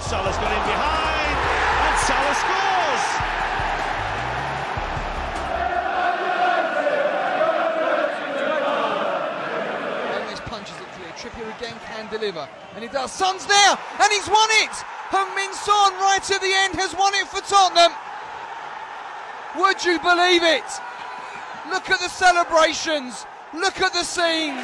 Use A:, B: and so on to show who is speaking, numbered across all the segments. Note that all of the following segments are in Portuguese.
A: Salah's got in behind, and Salah scores!
B: Gomez punches it clear. Trippier again can deliver, and he does. Son's there, and he's won it! Heung-min Son, right at the end, has won it for Tottenham. Would you believe it? Look at the celebrations. Look at the scenes.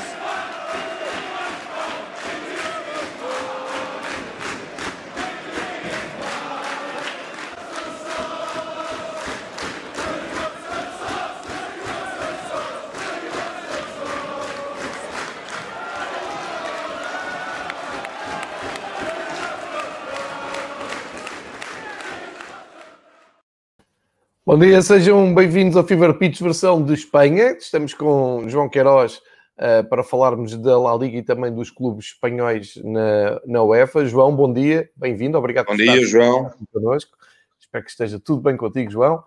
C: Bom dia, sejam bem-vindos ao Fever Pitch versão de Espanha. Estamos com João Queiroz para falarmos da La Liga e também dos clubes espanhóis na UEFA. João, bom dia, bem-vindo, obrigado por estar aqui connosco. Espero que esteja tudo bem contigo, João.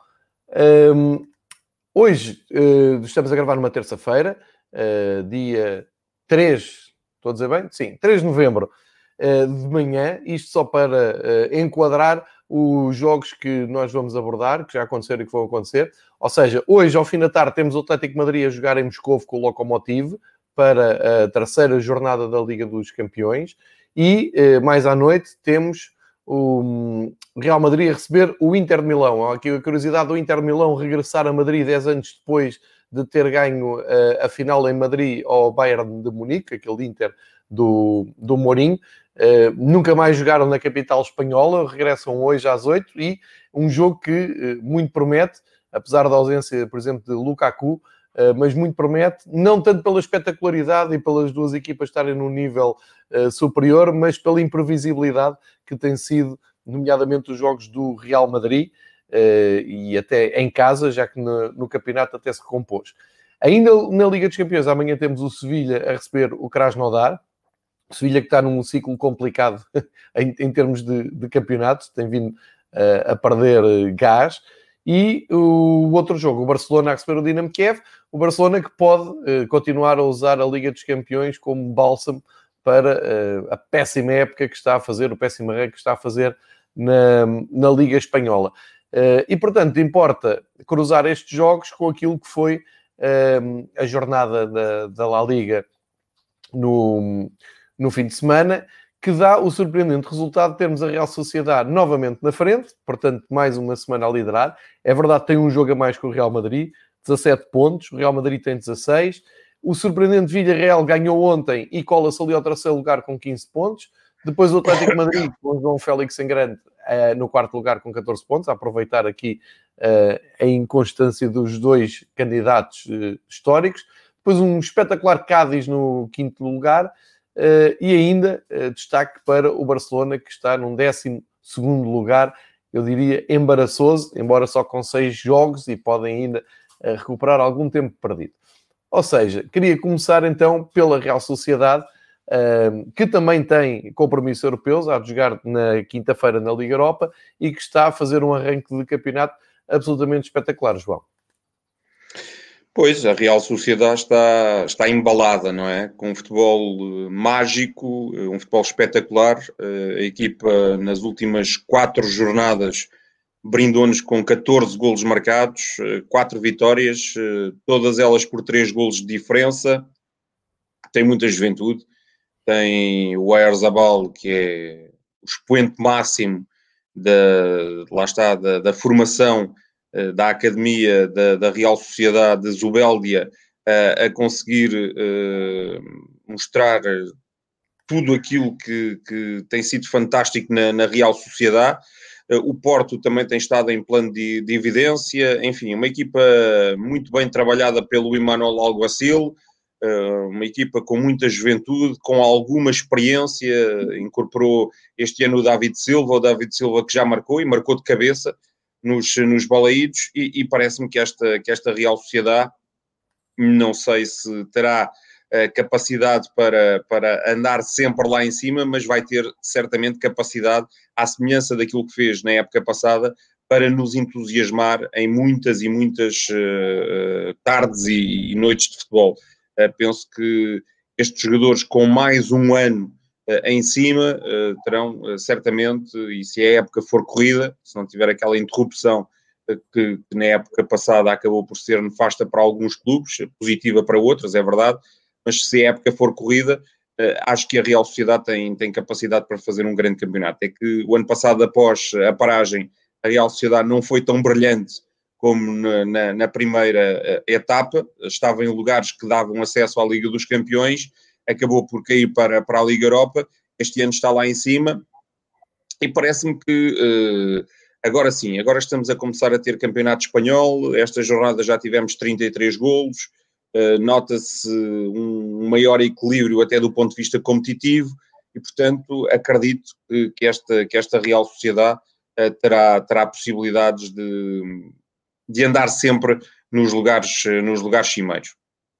C: Hoje estamos a gravar numa terça-feira, dia 3, estou a dizer bem? Sim, 3 de novembro de manhã, isto só para enquadrar os jogos que nós vamos abordar, que já aconteceram e que vão acontecer. Ou seja, hoje, ao fim da tarde, temos o Atlético de Madrid a jogar em Moscovo com o Lokomotiv para a terceira jornada da Liga dos Campeões. E, mais à noite, temos o Real Madrid a receber o Inter de Milão. Há aqui a curiosidade do Inter de Milão regressar a Madrid 10 anos depois de ter ganho a final em Madrid ao Bayern de Munique, aquele Inter do Mourinho. Nunca mais jogaram na capital espanhola, regressam hoje às 8 e um jogo que muito promete, apesar da ausência, por exemplo, de Lukaku, mas muito promete, não tanto pela espetacularidade e pelas duas equipas estarem num nível superior, mas pela imprevisibilidade que tem sido, nomeadamente, os jogos do Real Madrid e até em casa, já que no campeonato até se recompôs. Ainda na Liga dos Campeões, amanhã temos o Sevilha a receber o Krasnodar. Sevilha que está num ciclo complicado em termos de campeonato, tem vindo a perder gás. E o outro jogo, o Barcelona a receber o Dinamo Kiev, o Barcelona que pode continuar a usar a Liga dos Campeões como bálsamo para a péssima época que está a fazer, o péssimo arranque que está a fazer na Liga Espanhola. E, portanto, importa cruzar estes jogos com aquilo que foi a jornada da La Liga no fim de semana, que dá o surpreendente resultado de termos a Real Sociedade novamente na frente, portanto, mais uma semana a liderar. É verdade, tem um jogo a mais que o Real Madrid, 17 pontos, o Real Madrid tem 16. O surpreendente Villarreal ganhou ontem e cola-se ali ao terceiro lugar com 15 pontos. Depois o Atlético de Madrid, com o João Félix em grande, no quarto lugar com 14 pontos, a aproveitar aqui a inconstância dos dois candidatos históricos. Depois um espetacular Cádiz no quinto lugar. E ainda destaque para o Barcelona, que está num 12º lugar, eu diria embaraçoso, embora só com 6 jogos e podem ainda recuperar algum tempo perdido. Ou seja, queria começar então pela Real Sociedade, que também tem compromissos europeus, há de jogar na quinta-feira na Liga Europa e que está a fazer um arranque de campeonato absolutamente espetacular, João.
D: Pois, a Real Sociedade está embalada, não é? Com um futebol mágico, um futebol espetacular. A equipa, nas últimas 4 jornadas, brindou-nos com 14 golos marcados, 4 vitórias, todas elas por 3 golos de diferença. Tem muita juventude. Tem o Oyarzabal, que é o expoente máximo da formação da Academia da Real Sociedade de Zubeldia, a conseguir mostrar tudo aquilo que tem sido fantástico na Real Sociedade. O Porto também tem estado em plano de evidência. Enfim, uma equipa muito bem trabalhada pelo Imanol Alguacil, uma equipa com muita juventude, com alguma experiência. Incorporou este ano o David Silva que já marcou, e marcou de cabeça nos balaídos, e parece-me que esta Real Sociedade, não sei se terá capacidade para andar sempre lá em cima, mas vai ter certamente capacidade, à semelhança daquilo que fez na época passada, para nos entusiasmar em muitas e muitas tardes e noites de futebol. Penso que estes jogadores, com mais um ano em cima, terão certamente, e se a época for corrida, se não tiver aquela interrupção que na época passada acabou por ser nefasta para alguns clubes, positiva para outros, é verdade, mas se a época for corrida, acho que a Real Sociedade tem capacidade para fazer um grande campeonato. É que o ano passado, após a paragem, a Real Sociedade não foi tão brilhante como na primeira etapa, estava em lugares que davam acesso à Liga dos Campeões, acabou por cair para a Liga Europa, este ano está lá em cima, e parece-me que agora sim, agora estamos a começar a ter campeonato espanhol, esta jornada já tivemos 33 golos, nota-se um maior equilíbrio até do ponto de vista competitivo, e portanto acredito que esta Real Sociedade terá possibilidades de andar sempre nos lugares cimeiros.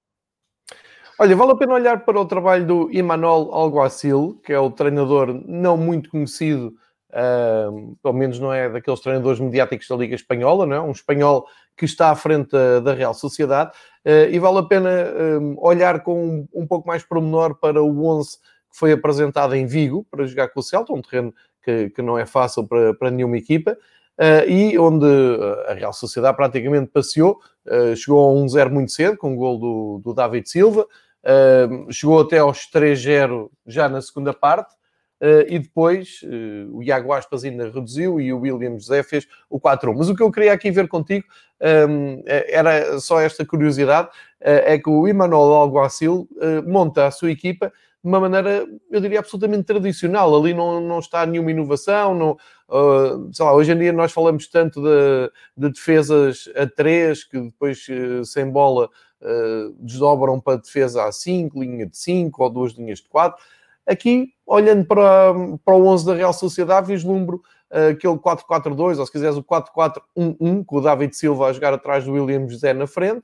C: Olha, vale a pena olhar para o trabalho do Imanol Alguacil, que é o treinador não muito conhecido, pelo menos não é daqueles treinadores mediáticos da Liga Espanhola, não é? Um espanhol que está à frente da Real Sociedade, e vale a pena olhar com um pouco mais pormenor para o 11 que foi apresentado em Vigo para jogar com o Celta, um terreno que não é fácil para nenhuma equipa, e onde a Real Sociedade praticamente passeou, chegou a 1-0 muito cedo, com o gol do David Silva, chegou até aos 3-0 já na segunda parte, e depois o Iago Aspas ainda reduziu e o William José fez o 4-1. Mas o que eu queria aqui ver contigo era só esta curiosidade, é que o Imanol Alguacil monta a sua equipa de uma maneira, eu diria, absolutamente tradicional. Ali não está nenhuma inovação, não, sei lá, hoje em dia nós falamos tanto de defesas a 3, que depois sem bola desdobram para defesa a 5, linha de 5 ou 2 linhas de 4. Aqui, olhando para o 11 da Real Sociedade, vislumbro aquele 4-4-2, ou se quiseres o 4-4-1-1, com o David Silva a jogar atrás do William José na frente,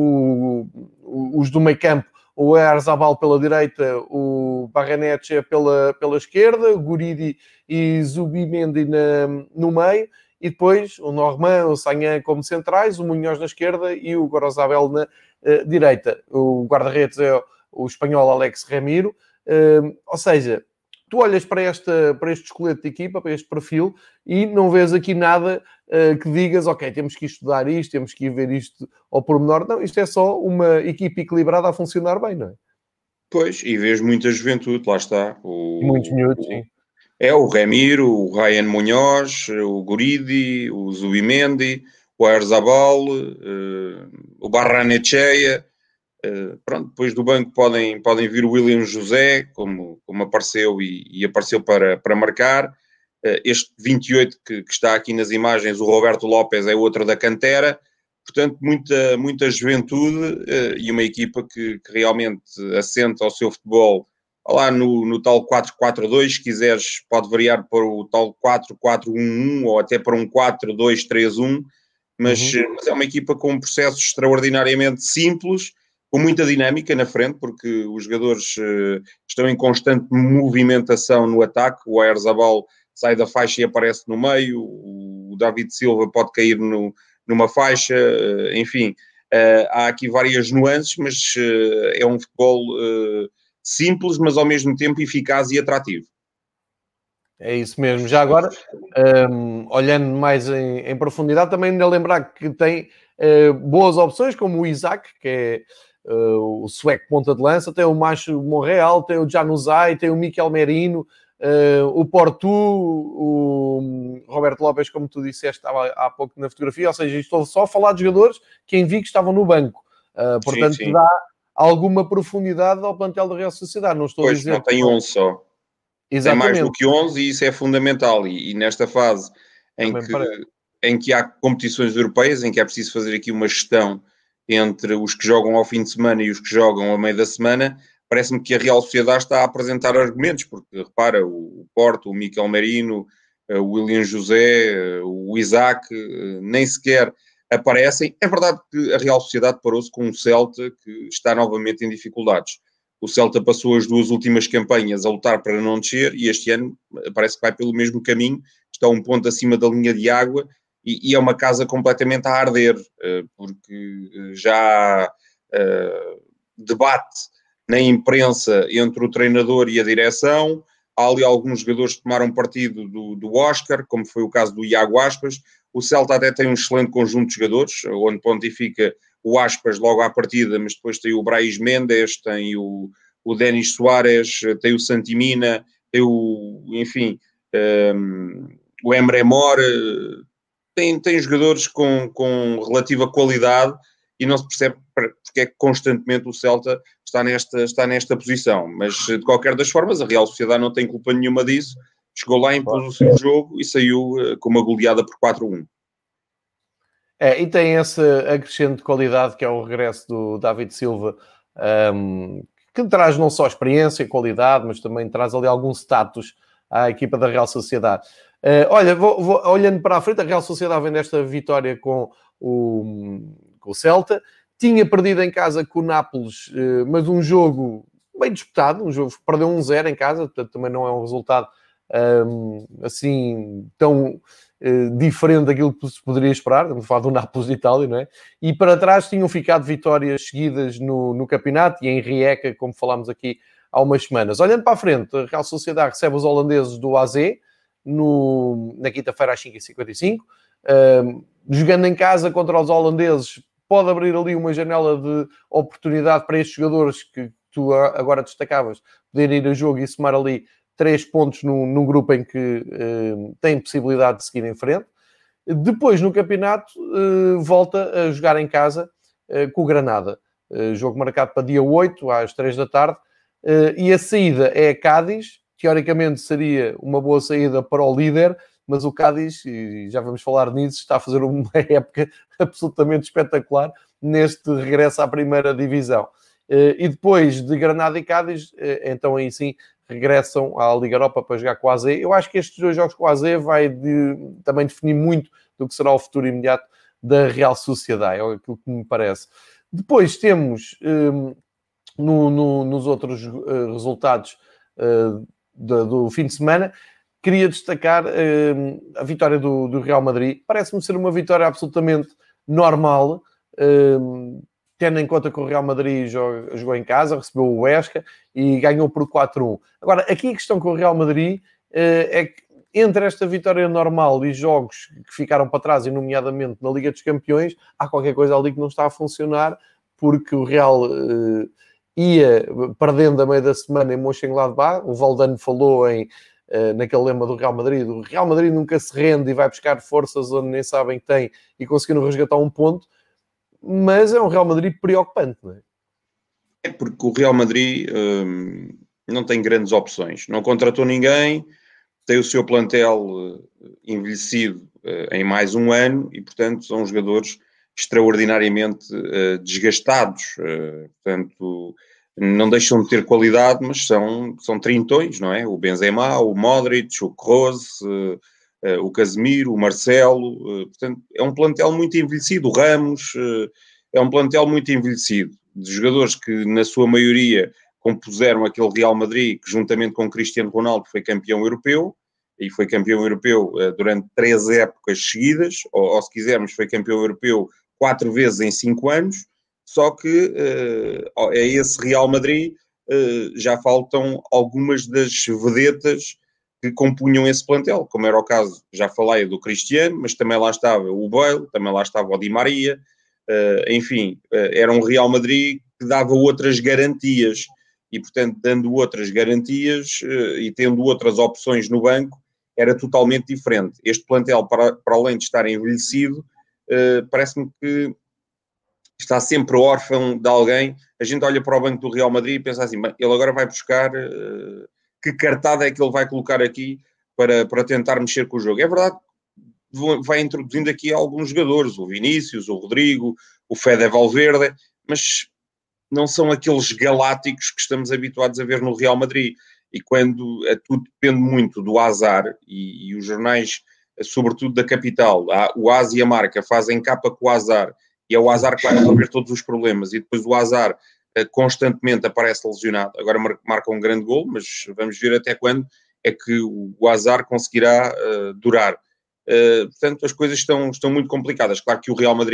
C: os do meio campo, o Oyarzabal pela direita, o Barrenetxea pela esquerda, o Guridi e Zubimendi no meio, e depois o Norman, o Sagnan como centrais, o Munhoz na esquerda e o Gorosabel na direita. O guarda-redes é o espanhol Alex Ramiro. Ou seja, tu olhas para este esqueleto de equipa, para este perfil, e não vês aqui nada que digas, ok, temos que estudar isto, temos que ir ver isto ao pormenor. Não, isto é só uma equipa equilibrada a funcionar bem, não é?
D: Pois, e vês muita juventude, lá está.
C: Muitos minutos, sim.
D: É o Ramiro, o Ryan Munhoz, o Guridi, o Zubimendi, o Oyarzabal, o Barrenetxea. Pronto, depois do banco podem vir o William José, como apareceu e apareceu para marcar. Este 28 que está aqui nas imagens, o Roberto Lopes, é outro da cantera. Portanto, muita juventude e uma equipa que realmente assenta ao seu futebol lá no tal 4-4-2. Se quiseres, pode variar para o tal 4-4-1-1 ou até para um 4-2-3-1. Mas é uma equipa com um processo extraordinariamente simples, com muita dinâmica na frente, porque os jogadores estão em constante movimentação no ataque. O Oyarzabal sai da faixa e aparece no meio, o David Silva pode cair numa faixa, enfim, há aqui várias nuances, mas é um futebol simples, mas ao mesmo tempo eficaz e atrativo.
C: É isso mesmo. Já agora, olhando mais em profundidade, também ainda lembrar que tem boas opções, como o Isaac, que é o sueco ponta de lança, tem o Macho Monreal, tem o Januzaj, tem o Mikel Merino, o Porto, o Roberto Lopes, como tu disseste, estava há pouco na fotografia, ou seja, estou só a falar de jogadores que em Vigo estavam no banco. Portanto, sim. Dá alguma profundidade ao plantel da Real Sociedade. Não estou a dizer...
D: não tem 11 só. Exatamente. Tem mais do que 11 e isso é fundamental. E nesta fase em que há competições europeias, em que é preciso fazer aqui uma gestão entre os que jogam ao fim de semana e os que jogam ao meio da semana, parece-me que a Real Sociedade está a apresentar argumentos, porque repara, o Porto, o Mikel Merino, o William José, o Isaac, nem sequer aparecem. É verdade que a Real Sociedade parou-se com um Celta que está novamente em dificuldades. O Celta passou as 2 últimas campanhas a lutar para não descer e este ano parece que vai pelo mesmo caminho, está um ponto acima da linha de água e é uma casa completamente a arder, porque já há debate na imprensa entre o treinador e a direção. Há ali alguns jogadores que tomaram partido do Oscar, como foi o caso do Iago Aspas. O Celta até tem um excelente conjunto de jogadores, onde pontifica o Aspas logo à partida, mas depois tem o Brais Mendes, tem o Denis Soares, tem o Santimina, tem enfim, o Emre Mor. Tem jogadores com relativa qualidade e não se percebe porque é que constantemente o Celta está nesta posição. Mas, de qualquer das formas, a Real Sociedade não tem culpa nenhuma disso. Chegou lá, impôs o seu jogo e saiu com uma goleada por 4-1.
C: E tem esse acrescente de qualidade que é o regresso do David Silva, que traz não só experiência e qualidade, mas também traz ali algum status à equipa da Real Sociedade. Olha, olhando para a frente, a Real Sociedade vem desta vitória com o Celta. Tinha perdido em casa com o Nápoles, mas um jogo bem disputado, um jogo que perdeu 1-0 em casa, portanto também não é um resultado assim tão diferente daquilo que se poderia esperar. Estamos a falar do Nápoles de Itália, não é? E para trás tinham ficado vitórias seguidas no campeonato e em Rijeka, como falámos aqui há umas semanas. Olhando para a frente, a Real Sociedade recebe os holandeses do AZ na quinta-feira às 5h55. Jogando em casa contra os holandeses, pode abrir ali uma janela de oportunidade para estes jogadores que tu agora destacavas, poderem ir a jogo e somar ali 3 pontos num grupo em que tem possibilidade de seguir em frente. Depois, no campeonato, volta a jogar em casa com o Granada. Jogo marcado para dia 8, às 3 da tarde. E a saída é a Cádiz. Teoricamente seria uma boa saída para o líder, mas o Cádiz, e já vamos falar nisso, está a fazer uma época absolutamente espetacular neste regresso à primeira divisão. E depois de Granada e Cádiz, então aí sim regressam à Liga Europa para jogar com o AZ. Eu acho que estes 2 jogos com o AZ vai também definir muito do que será o futuro imediato da Real Sociedade, é aquilo que me parece. Depois temos nos outros resultados do fim de semana, queria destacar a vitória do Real Madrid. Parece-me ser uma vitória absolutamente normal, tendo em conta que o Real Madrid jogou em casa, recebeu o Huesca e ganhou por 4-1. Agora, aqui a questão com o Real Madrid é que entre esta vitória normal e jogos que ficaram para trás, e nomeadamente na Liga dos Campeões, há qualquer coisa ali que não está a funcionar, porque o Real ia perdendo a meio da semana em Mönchengladbach. O Valdano falou naquele lema do Real Madrid: o Real Madrid nunca se rende e vai buscar forças onde nem sabem que tem, e conseguiram resgatar um ponto. Mas é um Real Madrid preocupante, não é?
D: É porque o Real Madrid não tem grandes opções. Não contratou ninguém, tem o seu plantel envelhecido em mais um ano e, portanto, são jogadores extraordinariamente desgastados. Portanto, não deixam de ter qualidade, mas são trintões, não é? O Benzema, o Modric, o Kroos, o Casemiro, o Marcelo. Portanto, é um plantel muito envelhecido. O Ramos, é um plantel muito envelhecido, de jogadores que, na sua maioria, compuseram aquele Real Madrid que, juntamente com o Cristiano Ronaldo, foi campeão europeu, e foi campeão europeu durante 3 épocas seguidas, ou se quisermos, foi campeão europeu 4 vezes em 5 anos. Só que a esse Real Madrid já faltam algumas das vedetas que compunham esse plantel, como era o caso, já falei, do Cristiano, mas também lá estava o Bale, também lá estava o Di Maria. Enfim, era um Real Madrid que dava outras garantias e, portanto, dando outras garantias e tendo outras opções no banco, era totalmente diferente. Este plantel, para além de estar envelhecido, parece-me que está sempre órfão de alguém. A gente olha para o banco do Real Madrid e pensa assim: bem, ele agora vai buscar que cartada é que ele vai colocar aqui para tentar mexer com o jogo. É verdade, vai introduzindo aqui alguns jogadores, o Vinícius, o Rodrigo, o Fede Valverde, mas não são aqueles galácticos que estamos habituados a ver no Real Madrid. E quando tudo depende muito do azar, e os jornais, sobretudo da capital, o AS e a Marca fazem capa com o azar, e é o azar que vai resolver todos os problemas, e depois o azar constantemente aparece lesionado. Agora marca um grande gol, mas vamos ver até quando é que o azar conseguirá durar. Portanto, as coisas estão muito complicadas. Claro que o Real Madrid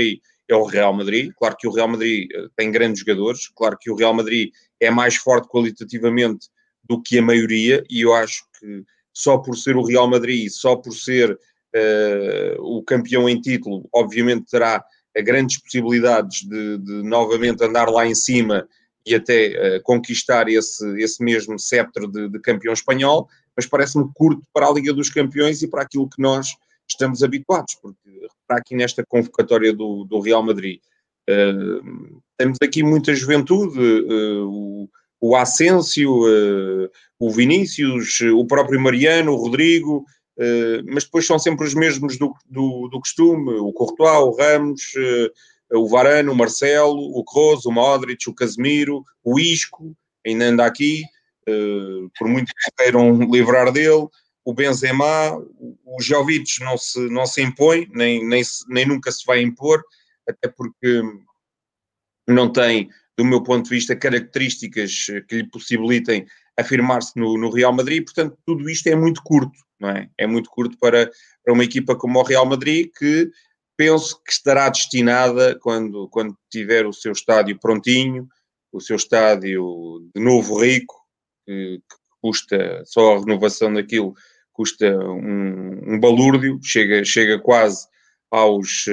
D: é o Real Madrid. Claro que o Real Madrid tem grandes jogadores, claro que o Real Madrid é mais forte qualitativamente do que a maioria, e eu acho que só por ser o Real Madrid, só por ser o campeão em título, obviamente terá grandes possibilidades de novamente andar lá em cima e até conquistar esse mesmo cetro de campeão espanhol, mas parece-me curto para a Liga dos Campeões e para aquilo que nós estamos habituados, porque para aqui nesta convocatória do Real Madrid temos aqui muita juventude, o Asensio, o Vinícius, o próprio Mariano, o Rodrigo, mas depois são sempre os mesmos do costume, o Courtois, o Ramos, o Varane, o Marcelo, o Kroos, o Modric, o Casemiro, o Isco, ainda anda aqui, por muito que queiram livrar dele, o Benzema, o Jovic não se impõe, nem nunca se vai impor, até porque não tem, do meu ponto de vista, características que lhe possibilitem afirmar-se no Real Madrid, portanto, tudo isto é muito curto, não é? É muito curto para uma equipa como o Real Madrid, que penso que estará destinada, quando tiver o seu estádio prontinho, o seu estádio de novo rico, que custa, só a renovação daquilo, custa um balúrdio, chega quase aos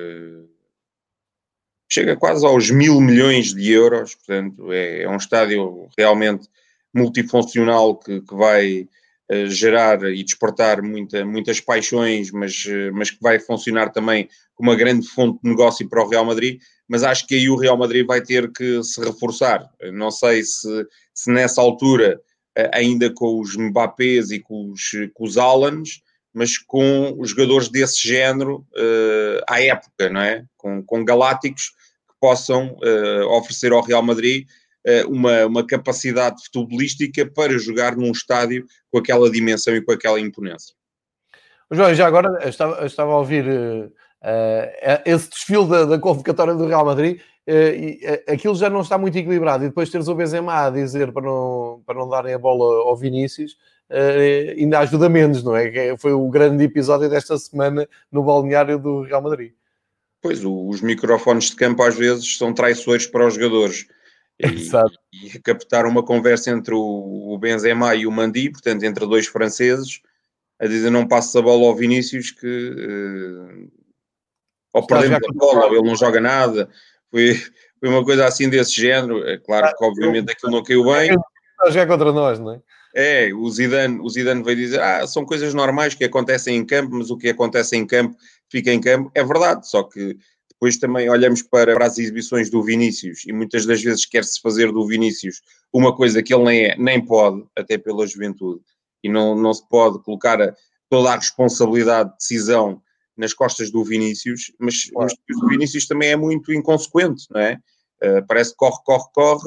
D: 1.000 milhões de euros, portanto é um estádio realmente multifuncional que vai gerar e despertar muitas paixões, mas que vai funcionar também como uma grande fonte de negócio para o Real Madrid, mas acho que aí o Real Madrid vai ter que se reforçar. Não sei se nessa altura, ainda com os Mbappés e com os Haalands, mas com os jogadores desse género à época, não é? Com galácticos que possam oferecer ao Real Madrid uma capacidade futebolística para jogar num estádio com aquela dimensão e com aquela imponência.
C: João, já agora estava a ouvir esse desfile da convocatória do Real Madrid e aquilo já não está muito equilibrado, e depois teres o Benzema a dizer para não darem a bola ao Vinícius, ainda ajuda menos, não é? Que foi o grande episódio desta semana no balneário do Real Madrid.
D: Pois, os microfones de campo às vezes são traiçoeiros para os jogadores. E captar uma conversa entre o Benzema e o Mendy, portanto, entre dois franceses, a dizer não passa a bola ao Vinícius, que ou perdemos a bola, ou ele não joga nada. Foi uma coisa assim desse género. É claro que, obviamente, aquilo não caiu bem.
C: Já é contra nós, não é?
D: O Zidane veio dizer são coisas normais que acontecem em campo, mas o que acontece em campo fica em campo. É verdade, só que depois também olhamos para as exibições do Vinícius e muitas das vezes quer-se fazer do Vinícius uma coisa que ele nem pode, até pela juventude, e não se pode colocar toda a responsabilidade de decisão nas costas do Vinícius, mas o Vinícius também é muito inconsequente, não é? Parece que corre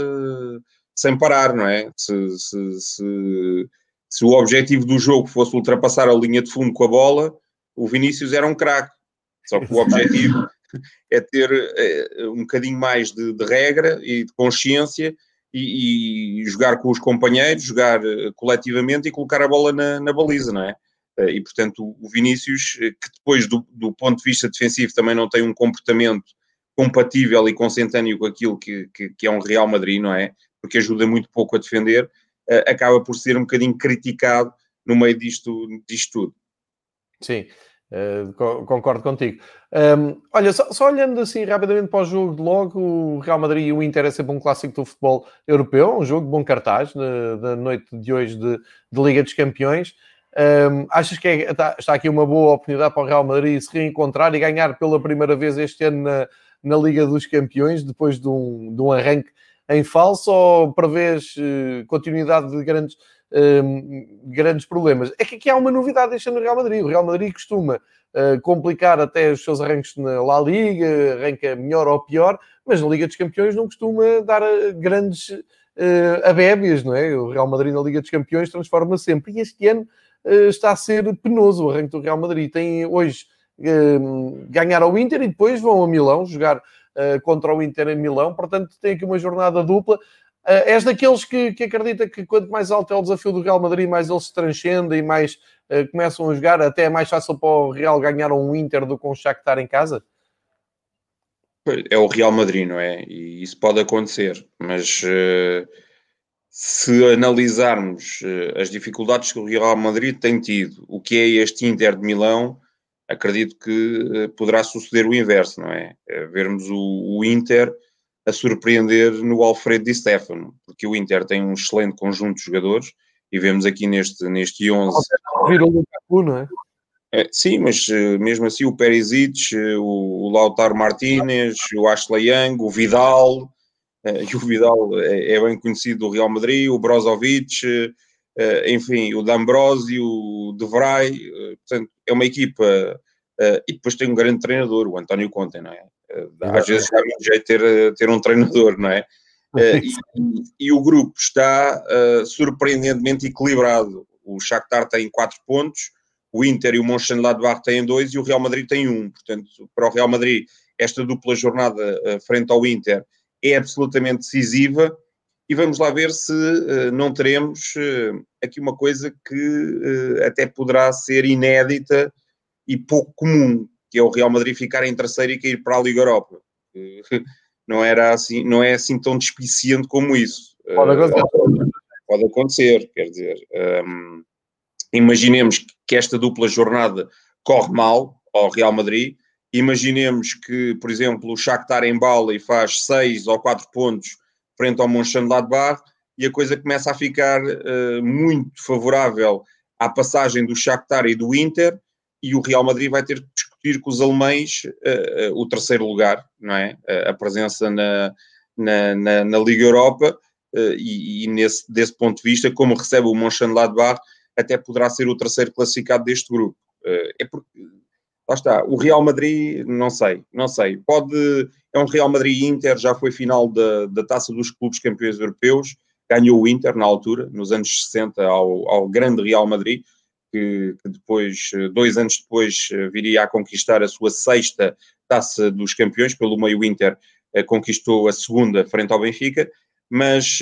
D: sem parar, não é? Se o objetivo do jogo fosse ultrapassar a linha de fundo com a bola, o Vinícius era um craque. Só que o objetivo é ter um bocadinho mais de regra e de consciência e jogar com os companheiros, jogar coletivamente e colocar a bola na baliza, não é? E, portanto, o Vinícius, que depois do ponto de vista defensivo também não tem um comportamento compatível e consentâneo com aquilo que é um Real Madrid, não é? Porque ajuda muito pouco a defender, acaba por ser um bocadinho criticado no meio disto tudo.
C: Sim. Concordo contigo. Olha, só olhando assim rapidamente para o jogo de logo, o Real Madrid e o Inter é sempre um clássico do futebol europeu, um jogo de bom cartaz da noite de hoje de Liga dos Campeões. Achas que está aqui uma boa oportunidade para o Real Madrid se reencontrar e ganhar pela primeira vez este ano na Liga dos Campeões, depois de um arranque em falso, ou prevês continuidade de grandes problemas? É que aqui há uma novidade deixando o Real Madrid. O Real Madrid costuma complicar até os seus arranques na La Liga, arranca melhor ou pior, mas na Liga dos Campeões não costuma dar grandes abébias, não é? O Real Madrid na Liga dos Campeões transforma sempre, e este ano está a ser penoso o arranque do Real Madrid. Tem hoje ganhar ao Inter e depois vão a Milão jogar contra o Inter em Milão, portanto tem aqui uma jornada dupla. És daqueles que acredita que quanto mais alto é o desafio do Real Madrid, mais eles se transcendem e mais começam a jogar, até é mais fácil para o Real ganhar um Inter do que um Shakhtar em casa?
D: É o Real Madrid, não é? E isso pode acontecer, mas se analisarmos as dificuldades que o Real Madrid tem tido, o que é este Inter de Milão, acredito que poderá suceder o inverso, não é? Vermos o Inter a surpreender no Alfredo Di Stéfano, porque o Inter tem um excelente conjunto de jogadores e vemos aqui neste 11...
C: Vira o Lukaku, não é?
D: Sim, mas mesmo assim o Perisic, o Lautaro Martínez, o Ashley Young, o Vidal, e o Vidal é bem conhecido do Real Madrid, o Brozovic, enfim, o D'Ambrosio, o De Vrij, portanto, é uma equipa, e depois tem um grande treinador, o António Conte, não é? Às vezes dá muito jeito ter um treinador, não é? E o grupo está surpreendentemente equilibrado. O Shakhtar tem 4 pontos, o Inter e o Mönchengladbach têm 2 e o Real Madrid tem 1. Portanto, para o Real Madrid, esta dupla jornada frente ao Inter é absolutamente decisiva e vamos lá ver se não teremos aqui uma coisa que até poderá ser inédita e pouco comum, que é o Real Madrid ficar em terceiro e cair para a Liga Europa. Não é assim tão despiciente como isso. Pode acontecer, quer dizer... imaginemos que esta dupla jornada corre mal ao Real Madrid, imaginemos que, por exemplo, o Shakhtar embala e faz 6 ou 4 pontos frente ao Mönchengladbach e a coisa começa a ficar muito favorável à passagem do Shakhtar e do Inter e o Real Madrid vai ter que discutir com os alemães o terceiro lugar, não é? A presença na Liga Europa e desse ponto de vista, como recebe o Mönchengladbach, até poderá ser o terceiro classificado deste grupo. É porque, lá está, o Real Madrid, não sei. É um Real Madrid-Inter, já foi final da Taça dos Clubes Campeões Europeus, ganhou o Inter na altura, nos anos 60, ao grande Real Madrid, que depois, 2 anos depois, viria a conquistar a sua 6ª Taça dos Campeões, pelo meio o Inter conquistou a 2ª frente ao Benfica, mas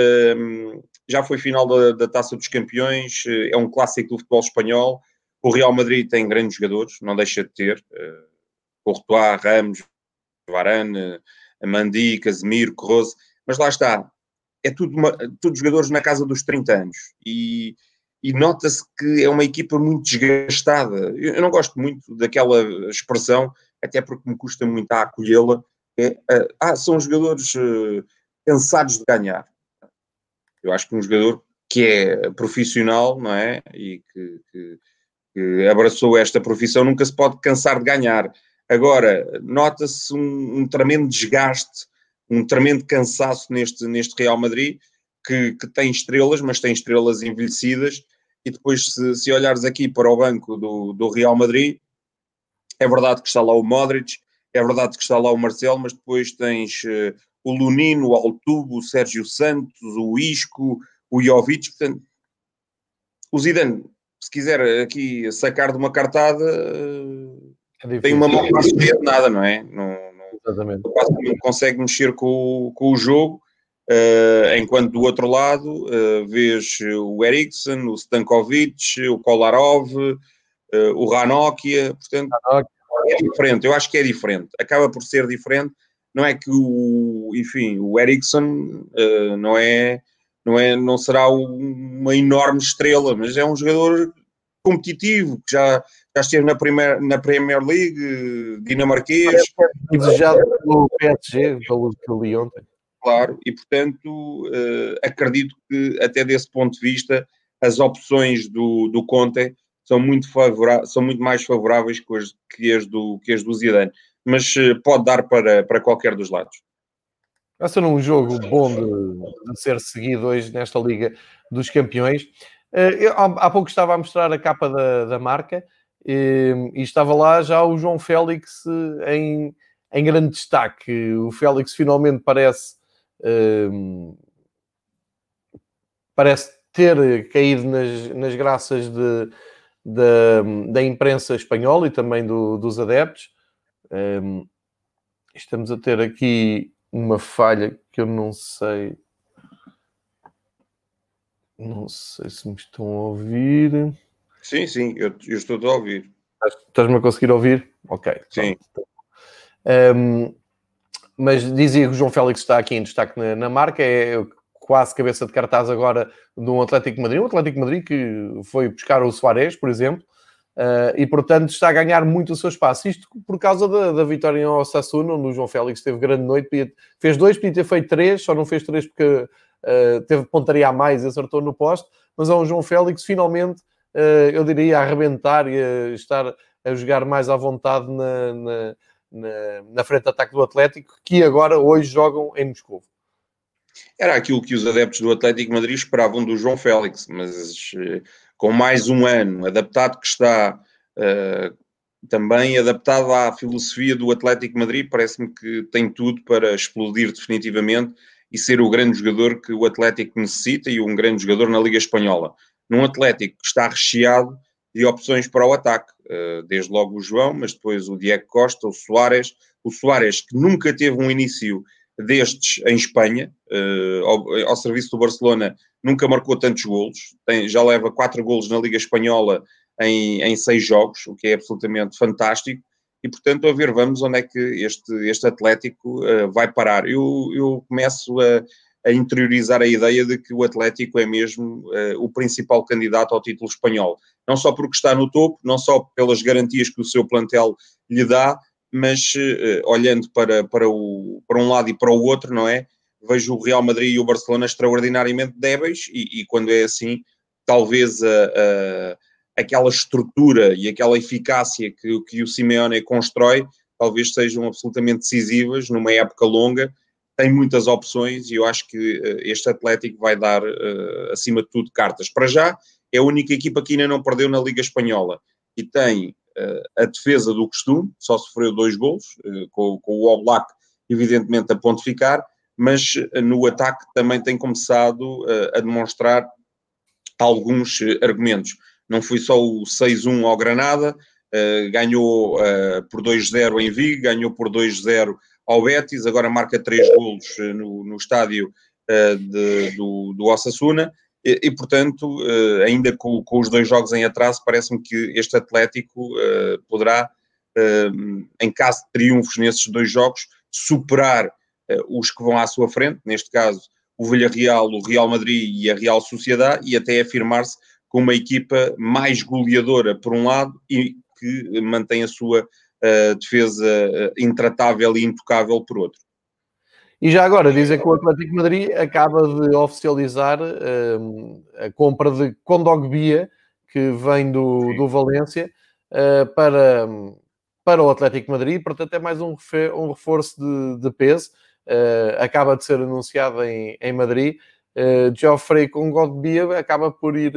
D: já foi final da Taça dos Campeões, é um clássico do futebol espanhol. O Real Madrid tem grandes jogadores, não deixa de ter. Courtois, Ramos, Varane, Mendy, Casemiro, Kroos, mas lá está. É tudo jogadores na casa dos 30 anos. E nota-se que é uma equipa muito desgastada. Eu não gosto muito daquela expressão, até porque me custa muito a acolhê-la. São jogadores cansados de ganhar. Eu acho que um jogador que é profissional, não é? E que abraçou esta profissão nunca se pode cansar de ganhar. Agora, nota-se um tremendo desgaste, um tremendo cansaço neste Real Madrid, que tem estrelas, mas tem estrelas envelhecidas, e depois se olhares aqui para o banco do Real Madrid, é verdade que está lá o Modric, é verdade que está lá o Marcelo, mas depois tens o Lunino, o Altubo, o Sérgio Santos, o Isco, o Jovic. Portanto, o Zidane, se quiser aqui sacar de uma cartada, tem uma mão quase cheia de nada, não é?
C: Exatamente.
D: Não consegue mexer com o jogo, enquanto do outro lado vês o Eriksen, o Stankovic, o Kolarov, o Ranocchia, portanto é diferente, eu acho que é diferente, acaba por ser diferente, não é que o Eriksen não será uma enorme estrela, mas é um jogador competitivo, que já esteve na Premier League, dinamarquês.
C: Desejado pelo PSG, pelo que eu li ontem.
D: Claro, e portanto acredito que até desse ponto de vista as opções do Conte são muito mais favoráveis que as do Zidane, mas pode dar para qualquer dos lados.
C: Vai ser um jogo bom de ser seguido hoje nesta Liga dos Campeões. Eu, há pouco estava a mostrar a capa da marca e estava lá já o João Félix em grande destaque. O Félix finalmente parece ter caído nas graças da imprensa espanhola e também dos adeptos. Estamos a ter aqui uma falha que eu não sei se me estão a ouvir.
D: Sim, eu estou a ouvir.
C: Estás-me a conseguir ouvir? Ok.
D: Sim.
C: Mas dizia que o João Félix está aqui em destaque na marca, é quase cabeça de cartaz agora de um Atlético de Madrid, um Atlético de Madrid que foi buscar o Suárez, por exemplo, e portanto está a ganhar muito o seu espaço. Isto por causa da vitória em Osasuna, onde o João Félix teve grande noite, fez 2, podia ter feito 3, só não fez 3 porque teve pontaria a mais e acertou no poste, mas é um João Félix finalmente, eu diria, a arrebentar e a estar a jogar mais à vontade na frente de ataque do Atlético, que agora, hoje, jogam em Moscou.
D: Era aquilo que os adeptos do Atlético de Madrid esperavam do João Félix, mas com mais um ano, adaptado que está, também adaptado à filosofia do Atlético de Madrid, parece-me que tem tudo para explodir definitivamente e ser o grande jogador que o Atlético necessita e um grande jogador na Liga Espanhola. Num Atlético que está recheado de opções para o ataque, desde logo o João, mas depois o Diego Costa, o Suárez que nunca teve um início destes em Espanha, ao serviço do Barcelona, nunca marcou tantos golos, já leva 4 golos na Liga Espanhola em 6 jogos, o que é absolutamente fantástico, e portanto a ver, vamos onde é que este Atlético vai parar. Eu começo a interiorizar a ideia de que o Atlético é mesmo o principal candidato ao título espanhol, não só porque está no topo, não só pelas garantias que o seu plantel lhe dá, mas olhando para um lado e para o outro, não é? Vejo o Real Madrid e o Barcelona extraordinariamente débeis e quando é assim, talvez aquela estrutura e aquela eficácia que o Simeone constrói, talvez sejam absolutamente decisivas numa época longa. Tem muitas opções e eu acho que este Atlético vai dar, acima de tudo, cartas. Para já, é a única equipa que ainda não perdeu na Liga Espanhola e tem a defesa do costume, só sofreu 2 golos, com o Oblak evidentemente a pontificar, mas no ataque também tem começado a demonstrar alguns argumentos. Não foi só o 6-1 ao Granada, ganhou por 2-0 em Vigo, ganhou por 2-0 ao Betis, agora marca 3 golos no estádio do Osasuna, e portanto, ainda com os 2 jogos em atraso, parece-me que este Atlético poderá, em caso de triunfos nesses 2 jogos, superar os que vão à sua frente, neste caso o Villarreal, o Real Madrid e a Real Sociedad, e até afirmar-se como uma equipa mais goleadora por um lado e que mantém a sua defesa intratável e intocável por outro.
C: E já agora dizem que o Atlético de Madrid acaba de oficializar a compra de Kondogbia, que vem do Valência, para o Atlético de Madrid, portanto é mais um reforço de peso. Acaba de ser anunciado em Madrid. Geoffrey Kondogbia acaba por ir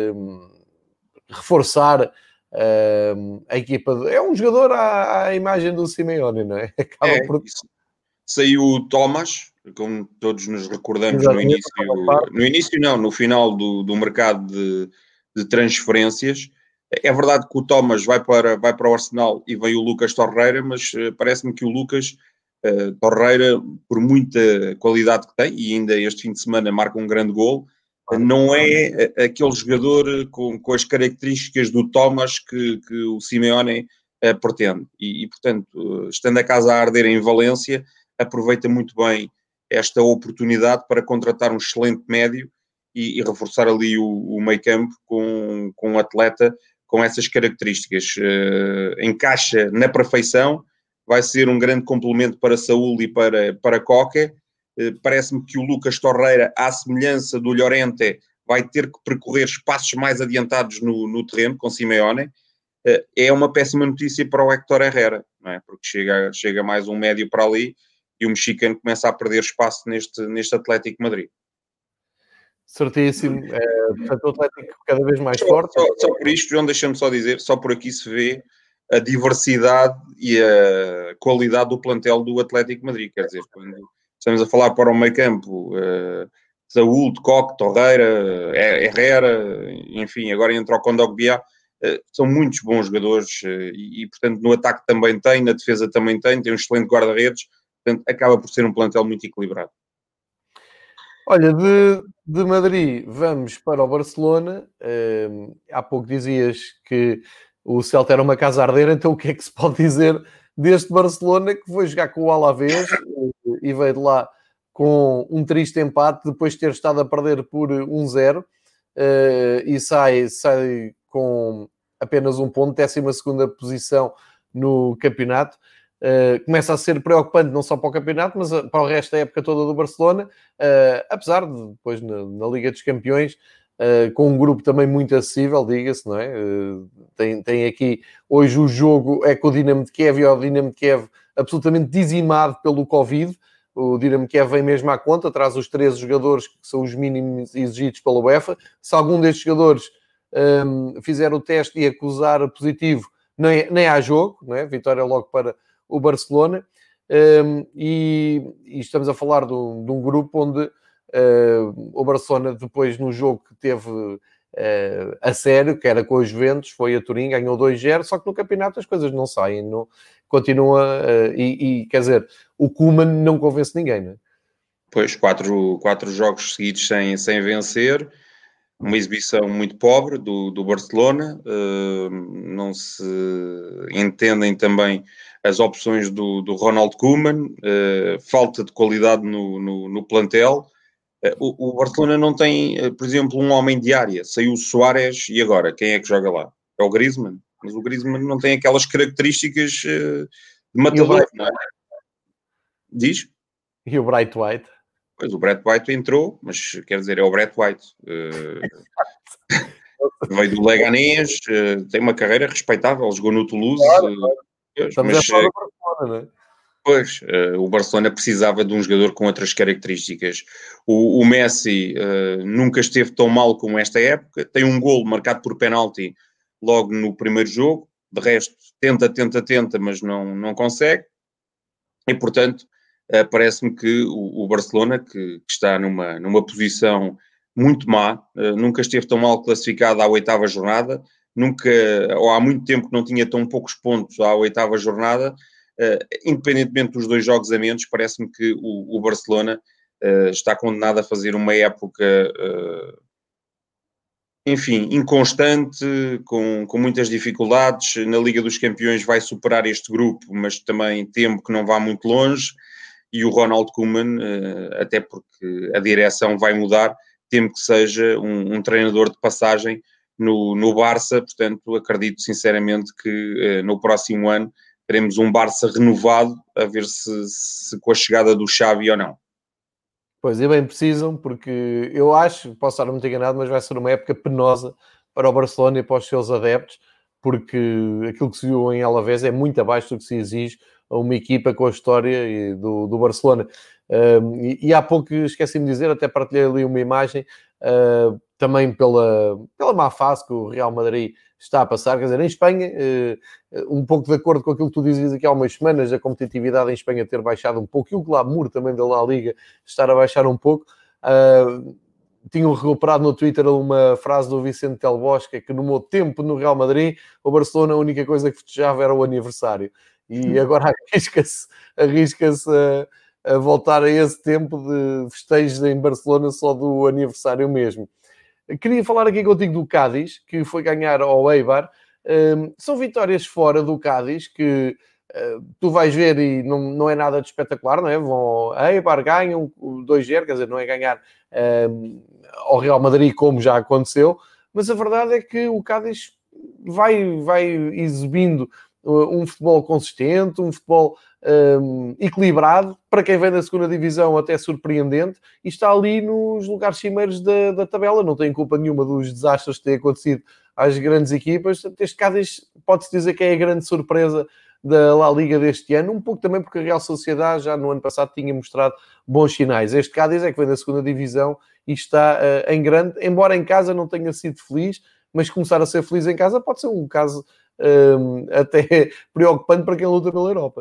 C: reforçar a equipa. É um jogador à imagem do Simeone, não é? Acaba por...
D: Saiu o Thomas, como todos nos recordamos. Exatamente. No final do mercado de transferências. É verdade que o Thomas vai para o Arsenal e veio o Lucas Torreira, mas parece-me que o Lucas Torreira, por muita qualidade que tem, e ainda este fim de semana marca um grande gol, não é aquele jogador com as características do Thomas que o Simeone pretende. E, portanto, estando a casa a arder em Valência, aproveita muito bem esta oportunidade para contratar um excelente médio e reforçar ali o meio campo com um atleta com essas características. Encaixa na perfeição, vai ser um grande complemento para Saúl e para Coque. Parece-me que o Lucas Torreira, à semelhança do Llorente, vai ter que percorrer espaços mais adiantados no terreno com Simeone. É uma péssima notícia para o Héctor Herrera, não é? Porque chega mais um médio para ali e o mexicano começa a perder espaço neste Atlético de Madrid.
C: Certíssimo. Portanto, o Atlético cada vez mais forte.
D: Só por isto, João, deixa-me só dizer, só por aqui se vê a diversidade e a qualidade do plantel do Atlético de Madrid. Quer dizer, quando estamos a falar para o meio campo, Saúl, Coque, Torreira, Herrera, enfim, agora entra o Kondogbia, são muitos bons jogadores e, portanto, no ataque também tem, na defesa também tem um excelente guarda-redes, portanto, acaba por ser um plantel muito equilibrado.
C: Olha, de Madrid vamos para o Barcelona. Há pouco dizias que o Celta era uma casa a arder, então o que é que se pode dizer deste Barcelona, que foi jogar com o Alavés e veio de lá com um triste empate, depois de ter estado a perder por 1-0, e sai com apenas um ponto, 12ª posição no campeonato. Começa a ser preocupante não só para o campeonato, mas para o resto da época toda do Barcelona, apesar de depois na Liga dos Campeões, com um grupo também muito acessível, diga-se, não é? Tem aqui, hoje o jogo é com o Dinamo de Kiev, e o Dinamo de Kiev absolutamente dizimado pelo Covid. O Dinamo de Kiev vem mesmo à conta, traz os 13 jogadores que são os mínimos exigidos pela UEFA. Se algum destes jogadores fizer o teste e acusar positivo, nem há jogo, não é? Vitória logo para o Barcelona. E estamos a falar de um grupo onde o Barcelona, depois no jogo que teve a sério, que era com os Juventus, foi a Turim, ganhou 2-0, só que no campeonato as coisas não saem, continua, e quer dizer, o Koeman não convence ninguém, não é?
D: Pois, quatro jogos seguidos sem vencer, uma exibição muito pobre do Barcelona, não se entendem também as opções do Ronald Koeman, falta de qualidade no plantel. O Barcelona não tem, por exemplo, um homem de área. Saiu o Suárez e agora? Quem é que joga lá? É o Griezmann. Mas o Griezmann não tem aquelas características de matador, não é? Diz?
C: E o Bright White?
D: Pois, o Brett White entrou, mas quer dizer, é o Brett White. Veio do Leganés, tem uma carreira respeitável, jogou no Toulouse.
C: Estamos a falar do Barcelona, não é?
D: Pois, o Barcelona precisava de um jogador com outras características. O Messi nunca esteve tão mal como esta época. Tem um golo marcado por penalti logo no primeiro jogo. De resto, tenta, mas não consegue. E, portanto, parece-me que o Barcelona, que está numa posição muito má, nunca esteve tão mal classificado à 8ª jornada, ou há muito tempo que não tinha tão poucos pontos à 8ª jornada. Independentemente dos 2 jogos a menos, parece-me que o Barcelona está condenado a fazer uma época, enfim, inconstante, com muitas dificuldades. Na Liga dos Campeões vai superar este grupo, mas também temo que não vá muito longe. E o Ronald Koeman, até porque a direção vai mudar, temo que seja um treinador de passagem no Barça. Portanto, acredito sinceramente que no próximo ano teremos um Barça renovado, a ver se com a chegada do Xavi ou não.
C: Pois, e bem precisam, porque eu acho, posso estar muito enganado, mas vai ser uma época penosa para o Barcelona e para os seus adeptos, porque aquilo que se viu em Alavés é muito abaixo do que se exige a uma equipa com a história do Barcelona. E há pouco esqueci-me de dizer, até partilhei ali uma imagem, também pela má fase que o Real Madrid está a passar. Quer dizer, em Espanha, um pouco de acordo com aquilo que tu dizias aqui há umas semanas, a competitividade em Espanha ter baixado um pouco, e o glamour também da La Liga estar a baixar um pouco. Tinham recuperado no Twitter uma frase do Vicente Del Bosque, que no meu tempo no Real Madrid, o Barcelona, a única coisa que festejava era o aniversário. E agora arrisca-se a voltar a esse tempo de festejos em Barcelona só do aniversário mesmo. Queria falar aqui contigo do Cádiz, que foi ganhar ao Eibar. São vitórias fora do Cádiz que tu vais ver e não é nada de espetacular, não é? Vão a Eibar, ganham 2-0, quer dizer, não é ganhar ao Real Madrid como já aconteceu, mas a verdade é que o Cádiz vai exibindo um futebol consistente, um futebol equilibrado, para quem vem da segunda divisão até surpreendente, e está ali nos lugares cimeiros da tabela. Não tem culpa nenhuma dos desastres que têm acontecido às grandes equipas. Este Cádiz pode-se dizer que é a grande surpresa da La Liga deste ano, um pouco também porque a Real Sociedade já no ano passado tinha mostrado bons sinais. Este Cádiz é que vem da segunda divisão e está em grande, embora em casa não tenha sido feliz, mas começar a ser feliz em casa pode ser um caso até preocupante para quem luta pela Europa.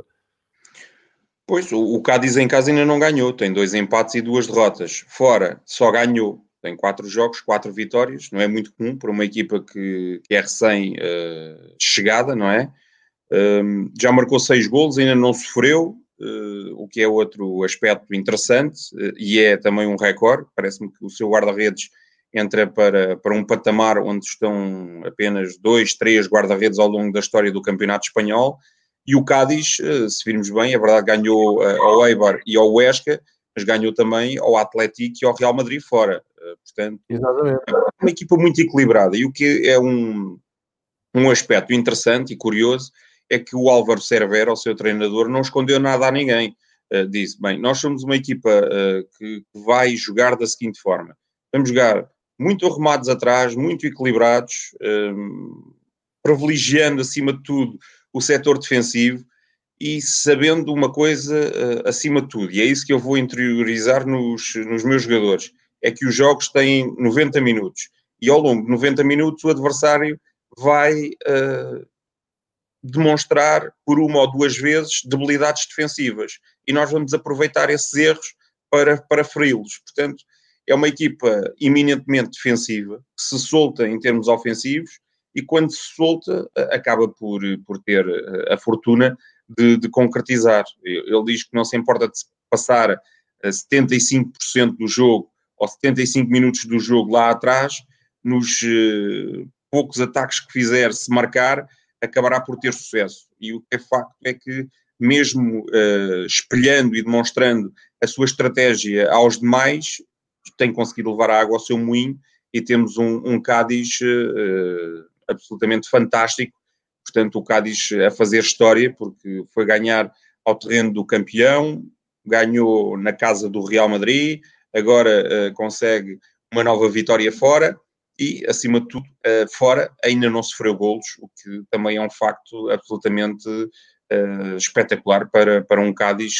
D: Pois, o Cádiz em casa ainda não ganhou, tem 2 empates e 2 derrotas. Fora, só ganhou, tem 4 jogos, 4 vitórias, não é muito comum para uma equipa que é recém-chegada, não é? Já marcou 6 golos, ainda não sofreu, o que é outro aspecto interessante, e é também um recorde. Parece-me que o seu guarda-redes entra para um patamar onde estão apenas 2, 3 guarda-redes ao longo da história do campeonato espanhol, E o Cádiz, se virmos bem, é verdade, ganhou ao Eibar e ao Huesca, mas ganhou também ao Atlético e ao Real Madrid fora. Portanto,
C: Exatamente.
D: é uma equipa muito equilibrada. E o que é um aspecto interessante e curioso é que o Álvaro Cervera, o seu treinador, não escondeu nada a ninguém. Disse, bem, nós somos uma equipa que vai jogar da seguinte forma. Vamos jogar muito arrumados atrás, muito equilibrados, privilegiando, acima de tudo, o setor defensivo e sabendo uma coisa acima de tudo, e é isso que eu vou interiorizar nos meus jogadores, é que os jogos têm 90 minutos e ao longo de 90 minutos o adversário vai demonstrar por 1 ou 2 vezes debilidades defensivas e nós vamos aproveitar esses erros para feri-los. Portanto, é uma equipa eminentemente defensiva, que se solta em termos ofensivos e quando se solta acaba por ter a fortuna de concretizar. Ele diz que não se importa de passar 75% do jogo ou 75 minutos do jogo lá atrás, nos poucos ataques que fizer, se marcar, acabará por ter sucesso. E o que é facto é que, mesmo espelhando e demonstrando a sua estratégia aos demais, tem conseguido levar a água ao seu moinho e temos um Cádiz absolutamente fantástico. Portanto, o Cádiz a fazer história, porque foi ganhar ao terreno do campeão, ganhou na casa do Real Madrid, agora consegue uma nova vitória fora e, acima de tudo, fora ainda não sofreu golos, o que também é um facto absolutamente espetacular para um Cádiz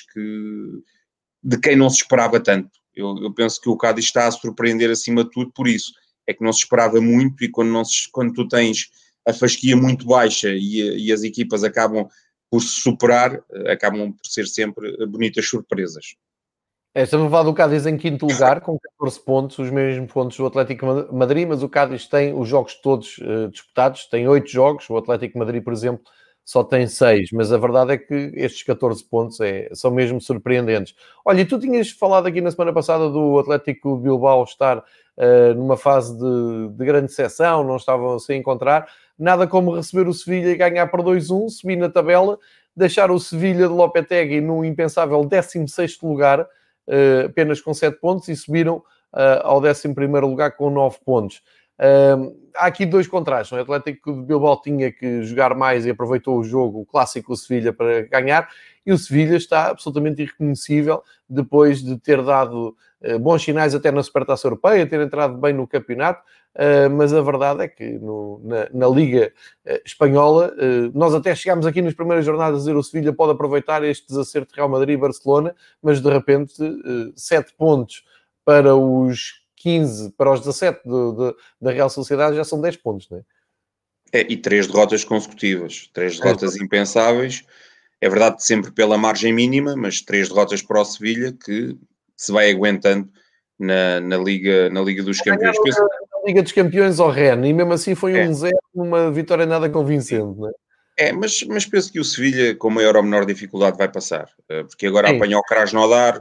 D: de quem não se esperava tanto. Eu penso que o Cádiz está a surpreender acima de tudo por isso. É que não se esperava muito e quando tu tens a fasquia muito baixa e as equipas acabam por se superar, acabam por ser sempre bonitas surpresas.
C: Estamos a falar do Cádiz em 5º lugar, com 14 pontos, os mesmos pontos do Atlético Madrid, mas o Cádiz tem os jogos todos disputados, tem 8 jogos, o Atlético Madrid, por exemplo, só tem 6, mas a verdade é que estes 14 pontos são mesmo surpreendentes. Olha, e tu tinhas falado aqui na semana passada do Atlético Bilbao estar numa fase de grande decepção, não estavam a se encontrar, nada como receber o Sevilha e ganhar por 2-1, subir na tabela, deixar o Sevilha de Lopetegui no impensável 16º lugar, apenas com 7 pontos, e subiram ao 11º lugar com 9 pontos. Há aqui 2 contrastes. O Atlético de Bilbao tinha que jogar mais e aproveitou o jogo, o clássico Sevilha, para ganhar, e o Sevilha está absolutamente irreconhecível depois de ter dado bons sinais até na Supertaça Europeia, ter entrado bem no campeonato, mas a verdade é que na Liga Espanhola nós até chegámos aqui nas primeiras jornadas a dizer o Sevilha pode aproveitar este desacerto de Real Madrid e Barcelona, mas de repente 7 pontos para os 15, para os 17 da Real Sociedade já são 10 pontos, não é?
D: E 3 derrotas consecutivas, 3 derrotas impensáveis, é verdade sempre pela margem mínima, mas 3 derrotas para o Sevilha que se vai aguentando na Liga dos Campeões.
C: Na Liga dos Campeões ao Rennes, e mesmo assim foi 1-0, uma vitória nada convincente, não é?
D: Mas penso que o Sevilha, com maior ou menor dificuldade, vai passar, porque agora apanha o Krasnodar,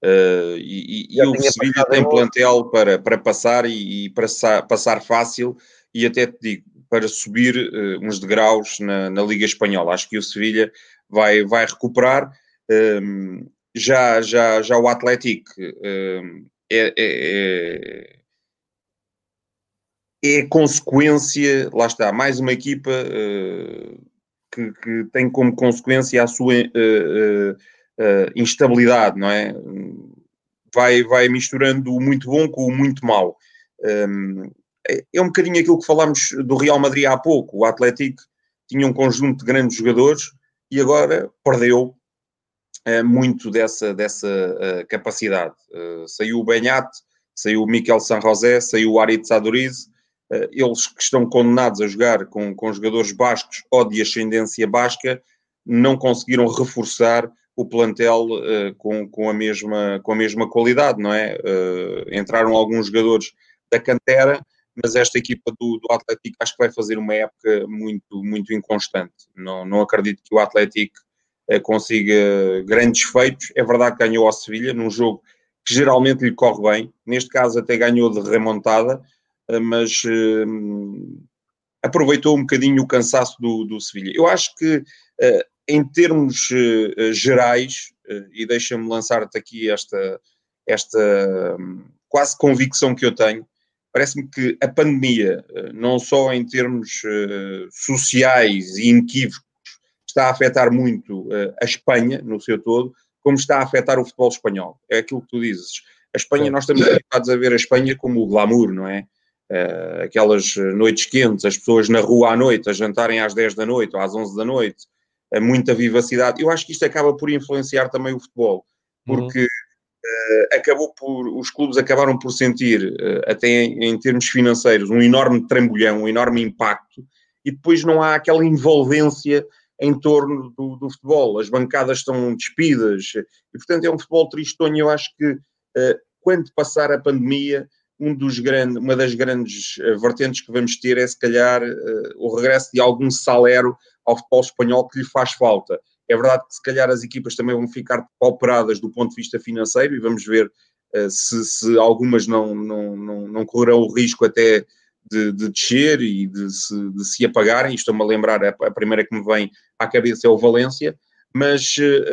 D: e o Sevilha tem plantel para passar e para passar fácil, e até te digo, para subir uns degraus na Liga Espanhola. Acho que o Sevilha vai recuperar. Já o Atlético é consequência, lá está, mais uma equipa que tem como consequência a sua instabilidade, não é? Vai misturando o muito bom com o muito mau. É um bocadinho aquilo que falámos do Real Madrid há pouco. O Atlético tinha um conjunto de grandes jogadores e agora perdeu muito dessa capacidade. Saiu o Beñat, saiu o Mikel San José, saiu o Aritz Aduriz, eles que estão condenados a jogar com jogadores bascos ou de ascendência basca, não conseguiram reforçar o plantel com a mesma qualidade, não é? Entraram alguns jogadores da cantera, mas esta equipa do Atlético acho que vai fazer uma época muito, muito inconstante. Não acredito que o Atlético consiga grandes feitos. É verdade que ganhou ao Sevilha num jogo que geralmente lhe corre bem. Neste caso até ganhou de remontada, mas aproveitou um bocadinho o cansaço do Sevilha. Eu acho que em termos gerais, e deixa-me lançar-te aqui esta quase convicção que eu tenho, parece-me que a pandemia, não só em termos sociais e inequívocos, está a afetar muito a Espanha no seu todo, como está a afetar o futebol espanhol. É aquilo que tu dizes. A Espanha, sim, nós estamos habituados a ver a Espanha como o glamour, não é? Aquelas noites quentes, as pessoas na rua à noite, a jantarem às 10 da noite ou às 11 da noite, muita vivacidade. Eu acho que isto acaba por influenciar também o futebol, porque os clubes acabaram por sentir, até em termos financeiros, um enorme trambolhão, um enorme impacto, e depois não há aquela envolvência em torno do futebol. As bancadas estão despidas, e portanto é um futebol tristonho. Eu acho que quando passar a pandemia, uma das grandes vertentes que vamos ter é, se calhar, o regresso de algum salero ao futebol espanhol que lhe faz falta. É verdade que, se calhar, as equipas também vão ficar pauperadas do ponto de vista financeiro, e vamos ver se algumas não correrão o risco até de descer e de se apagarem. Estou-me a lembrar, a primeira que me vem à cabeça é o Valência, mas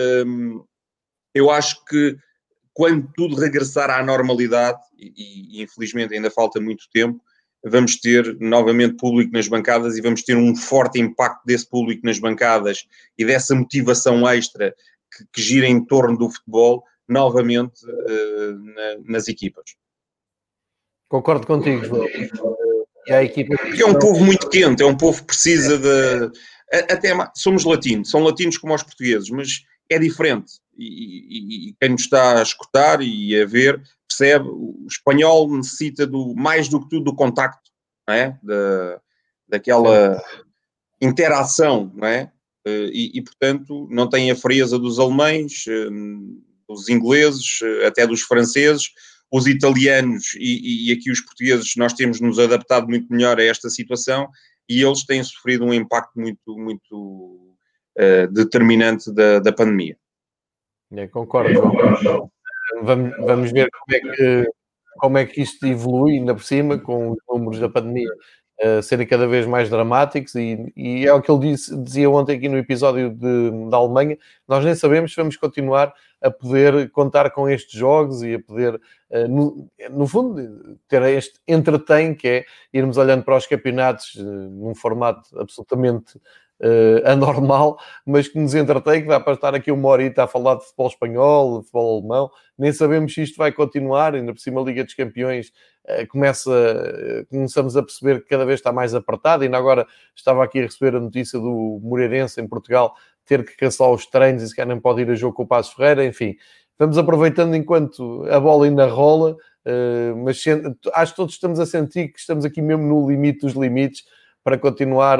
D: eu acho que quando tudo regressar à normalidade, e infelizmente ainda falta muito tempo, vamos ter novamente público nas bancadas, e vamos ter um forte impacto desse público nas bancadas e dessa motivação extra que gira em torno do futebol, novamente nas equipas.
C: Concordo contigo, João. E a equipa...
D: Porque é um povo muito quente, é um povo que precisa de... somos latinos, são latinos como os portugueses, mas é diferente. E quem nos está a escutar e a ver percebe, o espanhol necessita mais do que tudo do contacto, não é? Daquela interação, não é? E portanto não tem a frieza dos alemães, dos ingleses, até dos franceses, os italianos e aqui os portugueses. Nós temos nos adaptado muito melhor a esta situação, e eles têm sofrido um impacto muito, muito determinante da pandemia.
C: Concordo, João. Vamos ver como é que isto evolui, ainda por cima, com os números da pandemia serem cada vez mais dramáticos, e é o que ele dizia ontem aqui no episódio da Alemanha. Nós nem sabemos se vamos continuar a poder contar com estes jogos e a poder, no fundo, ter este entretém, que é irmos olhando para os campeonatos num formato absolutamente anormal, mas que nos entretém, que dá para estar aqui uma horita a falar de futebol espanhol, de futebol alemão. Nem sabemos se isto vai continuar. Ainda por cima a Liga dos Campeões começamos a perceber que cada vez está mais apertada. Ainda agora estava aqui a receber a notícia do Moreirense em Portugal ter que cancelar os treinos e se calhar nem pode ir a jogo com o Passos Ferreira. Enfim, vamos aproveitando enquanto a bola ainda rola, mas acho que todos estamos a sentir que estamos aqui mesmo no limite dos limites para continuar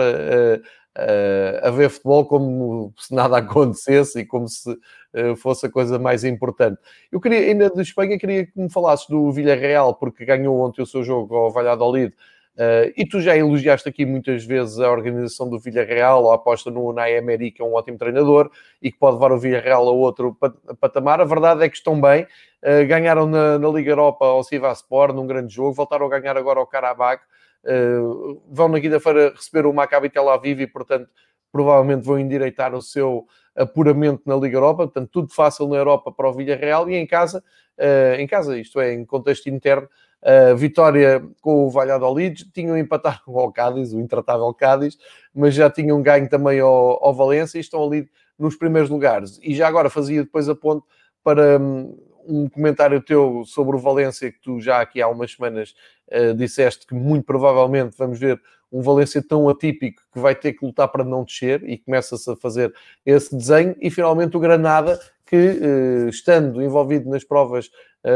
C: a ver futebol como se nada acontecesse e como se fosse a coisa mais importante. Eu queria, ainda de Espanha, queria que me falasses do Villarreal, porque ganhou ontem o seu jogo ao Valladolid, e tu já elogiaste aqui muitas vezes a organização do Villarreal, a aposta no Unai Emery, que é um ótimo treinador e que pode levar o Villarreal a outro patamar. A verdade é que estão bem, ganharam na Liga Europa ao Sivasspor num grande jogo, voltaram a ganhar agora ao Karabakh. Vão na quinta-feira receber o Maccabi Tel Aviv e, portanto, provavelmente vão endireitar o seu apuramento na Liga Europa. Portanto, tudo fácil na Europa para o Villarreal. E em casa, isto é, em contexto interno, vitória com o Valladolid. Tinham empatado ao Cádiz, o intratável Cádiz, mas já tinham ganho também ao Valência e estão ali nos primeiros lugares. E já agora fazia depois a ponte para um comentário teu sobre o Valência, que tu já aqui há umas semanas disseste que muito provavelmente vamos ver um Valência tão atípico que vai ter que lutar para não descer, e começa-se a fazer esse desenho. E finalmente o Granada, que estando envolvido nas provas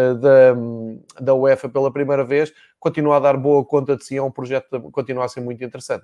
C: da UEFA pela primeira vez, continua a dar boa conta de si. É um projeto que continua a ser muito interessante.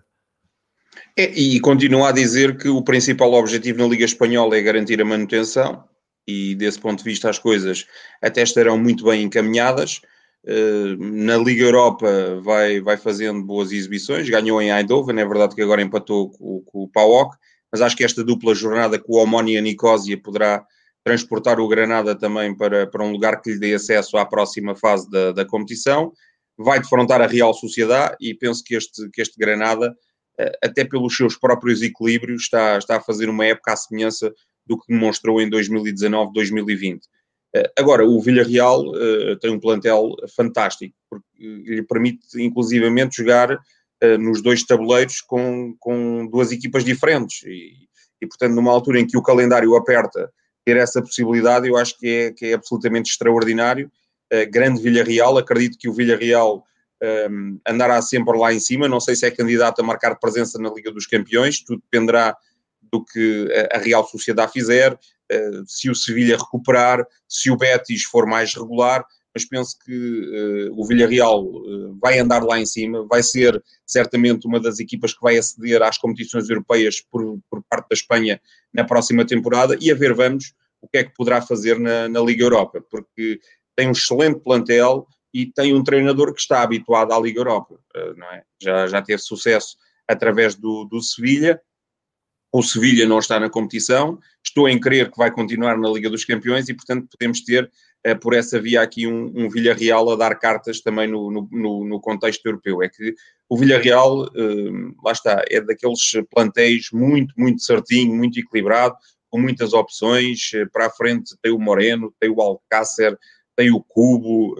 D: E continua a dizer que o principal objetivo na Liga Espanhola é garantir a manutenção, e desse ponto de vista as coisas até estarão muito bem encaminhadas. Na Liga Europa vai fazendo boas exibições, ganhou em Eindhoven, é verdade que agora empatou com o PAOK, mas acho que esta dupla jornada com o Omonia Nicosia poderá transportar o Granada também para um lugar que lhe dê acesso à próxima fase da competição. Vai defrontar a Real Sociedade, e penso que este Granada até pelos seus próprios equilíbrios, está a fazer uma época à semelhança do que demonstrou em 2019, 2020. Agora, o Villarreal tem um plantel fantástico, porque lhe permite inclusivamente jogar nos dois tabuleiros com duas equipas diferentes e, portanto, numa altura em que o calendário aperta, ter essa possibilidade eu acho que é absolutamente extraordinário. Grande Villarreal, acredito que o Villarreal andará sempre lá em cima, não sei se é candidato a marcar presença na Liga dos Campeões, tudo dependerá do que a Real Sociedade fizer, se o Sevilha recuperar, se o Betis for mais regular, mas penso que o Villarreal vai andar lá em cima, vai ser certamente uma das equipas que vai aceder às competições europeias por parte da Espanha na próxima temporada, e a ver vamos o que é que poderá fazer na Liga Europa, porque tem um excelente plantel e tem um treinador que está habituado à Liga Europa, não é? Já teve sucesso através do Sevilha. O Sevilha não está na competição, estou em crer que vai continuar na Liga dos Campeões e, portanto, podemos ter por essa via aqui um Villarreal a dar cartas também no contexto europeu. É que o Villarreal, lá está, é daqueles plantéis muito, muito certinho, muito equilibrado, com muitas opções. Para a frente tem o Moreno, tem o Alcácer, tem o Cubo,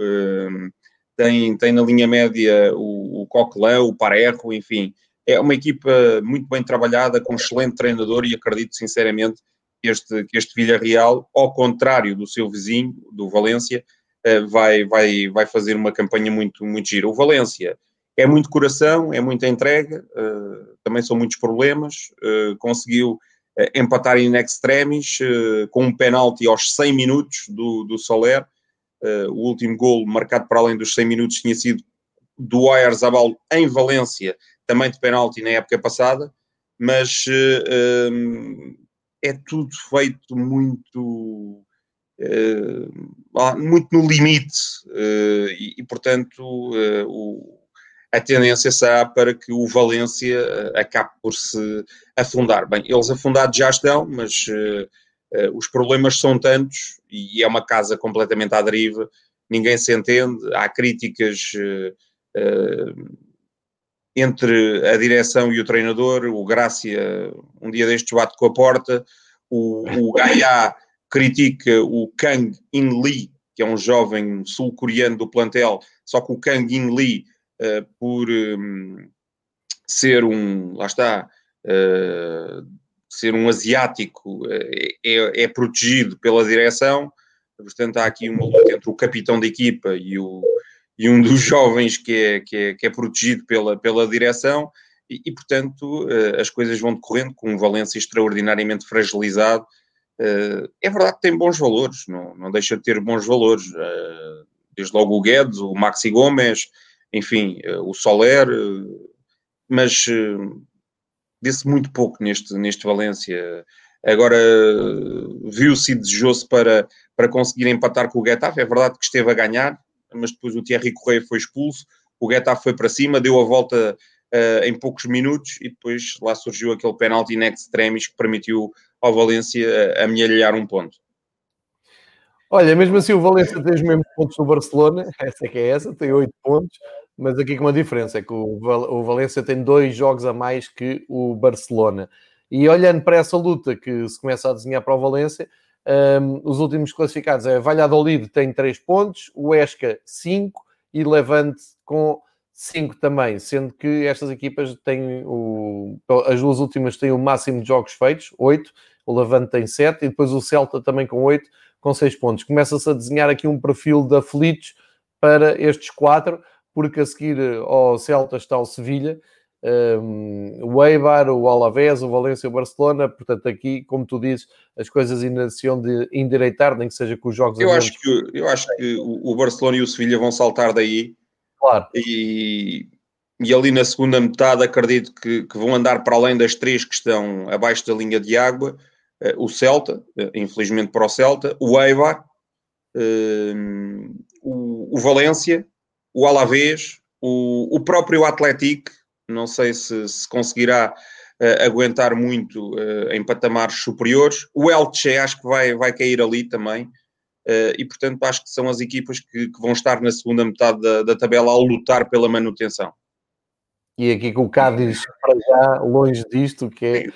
D: tem na linha média o Coquelin, o Parejo, enfim. É uma equipa muito bem trabalhada, com um excelente treinador e acredito sinceramente que este Villarreal, ao contrário do seu vizinho, do Valência, vai fazer uma campanha muito, muito gira. O Valência é muito coração, é muita entrega, também são muitos problemas, conseguiu empatar in extremis, com um penalti aos 100 minutos do Soler. O último golo marcado para além dos 100 minutos tinha sido do Oyarzabal em Valência, também de penalti na época passada, mas é tudo feito muito no limite e portanto a tendência será para que o Valência acabe por se afundar. Bem, eles afundados já estão, mas os problemas são tantos e é uma casa completamente à deriva, ninguém se entende, há críticas entre a direção e o treinador. O Grácia um dia destes bate com a porta, o Gaia critica o Kang In Lee, que é um jovem sul-coreano do plantel, só que o Kang In Lee por ser ser um asiático é protegido pela direção, portanto há aqui uma luta entre o capitão da equipa e um dos jovens que é protegido pela direção e, portanto, as coisas vão decorrendo com um Valência extraordinariamente fragilizado. É verdade que tem bons valores, não deixa de ter bons valores. Desde logo o Guedes, o Maxi Gomes, enfim, o Soler, mas desse muito pouco neste Valência. Agora, viu-se e desejou-se para conseguir empatar com o Getafe. É verdade que esteve a ganhar, mas depois o Thierry Correia foi expulso, o Getafe foi para cima, deu a volta em poucos minutos e depois lá surgiu aquele penalti in extremis que permitiu ao Valência amealhar um ponto.
C: Olha, mesmo assim o Valência tem os mesmos pontos do Barcelona, essa que é essa, tem 8 pontos, mas aqui com uma diferença, é que o Valência tem 2 jogos a mais que o Barcelona. E olhando para essa luta que se começa a desenhar para o Valência, os últimos classificados é Valladolid tem 3 pontos, o Huesca 5 e Levante com 5 também, sendo que estas equipas têm as duas últimas têm o máximo de jogos feitos, 8, o Levante tem 7 e depois o Celta também com 8, com 6 pontos. Começa-se a desenhar aqui um perfil de aflitos para estes 4, porque a seguir ao Celta está o Sevilha, o Eibar, o Alavés, o Valência e o Barcelona. Portanto, aqui, como tu dizes, as coisas ainda se iam de endireitar, nem que seja com os jogos...
D: Eu acho que o Barcelona e o Sevilha vão saltar daí.
C: Claro.
D: E ali na segunda metade acredito que vão andar para além das 3 que estão abaixo da linha de água. O Celta, infelizmente para o Celta, o Eibar, o Valência, o Alavés, o próprio Atlético. Não sei se conseguirá aguentar muito em patamares superiores. O Elche acho que vai cair ali também. E, portanto, acho que são as equipas que vão estar na segunda metade da tabela a lutar pela manutenção.
C: E aqui com o Cádiz, para já, longe disto, que é...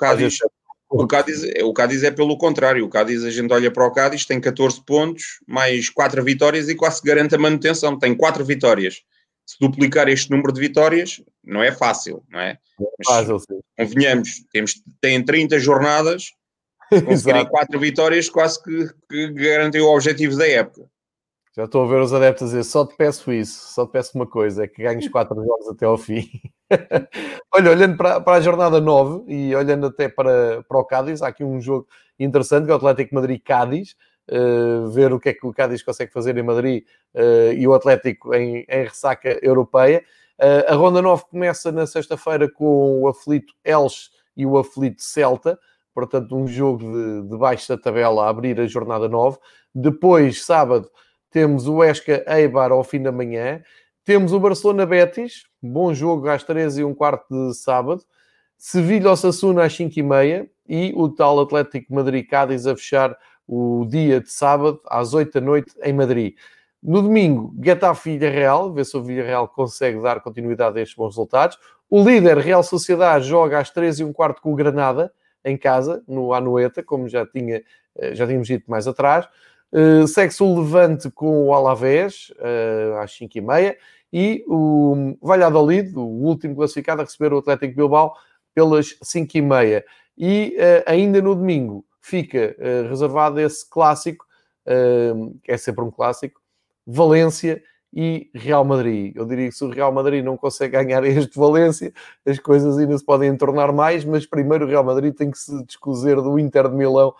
D: O Cádiz é pelo contrário. O Cádiz, a gente olha para o Cádiz, tem 14 pontos, mais 4 vitórias e quase garante a manutenção. Tem 4 vitórias. Se duplicar este número de vitórias, não é fácil, não é? Mas, convenhamos, têm 30 jornadas, se conseguirem 4 vitórias, quase que garantem o objetivo da época.
C: Já estou a ver os adeptos a dizer, só te peço isso, só te peço uma coisa, é que ganhes 4 jogos até ao fim. Olha, olhando para a jornada 9 e olhando até para o Cádiz, há aqui um jogo interessante, que é o Atlético Madrid-Cádiz, ver o que é que o Cádiz consegue fazer em Madrid e o Atlético em ressaca europeia. A ronda 9 começa na sexta-feira com o aflito Elche e o aflito Celta, portanto um jogo de baixo da tabela a abrir a jornada 9. Depois, sábado, temos o Huesca Eibar ao fim da manhã. Temos o Barcelona-Betis, bom jogo às 13h15 de sábado. Sevilha-Osasuna às 5h30 e o tal Atlético Madrid-Cádiz a fechar o dia de sábado às 8 da noite em Madrid. No domingo, Getafe-Villarreal, ver se o Villarreal consegue dar continuidade a estes bons resultados. O líder, Real Sociedade, joga às 13h15 com o Granada, em casa, no Anoeta, como já tínhamos dito mais atrás. Segue-se o Levante com o Alavés, às 5h30, e o Valladolid, o último classificado, a receber o Atlético Bilbao pelas 5h30. E ainda no domingo fica reservado esse clássico, que é sempre um clássico, Valência e Real Madrid. Eu diria que se o Real Madrid não consegue ganhar este Valência, as coisas ainda se podem entornar mais, mas primeiro o Real Madrid tem que se descozer do Inter de Milão,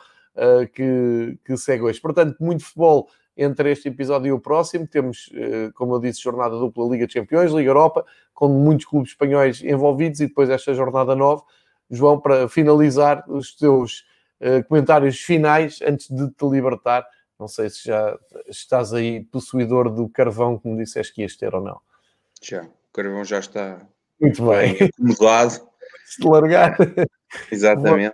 C: que segue hoje. Portanto, muito futebol entre este episódio e o próximo. Temos, como eu disse, jornada dupla Liga dos Campeões, Liga Europa, com muitos clubes espanhóis envolvidos, e depois esta jornada 9. João, para finalizar os teus comentários finais, antes de te libertar, não sei se já estás aí possuidor do carvão que me disseste que ias ter ou não.
D: Já, o carvão já está
C: muito bem
D: acomodado.
C: Se largar.
D: Exatamente.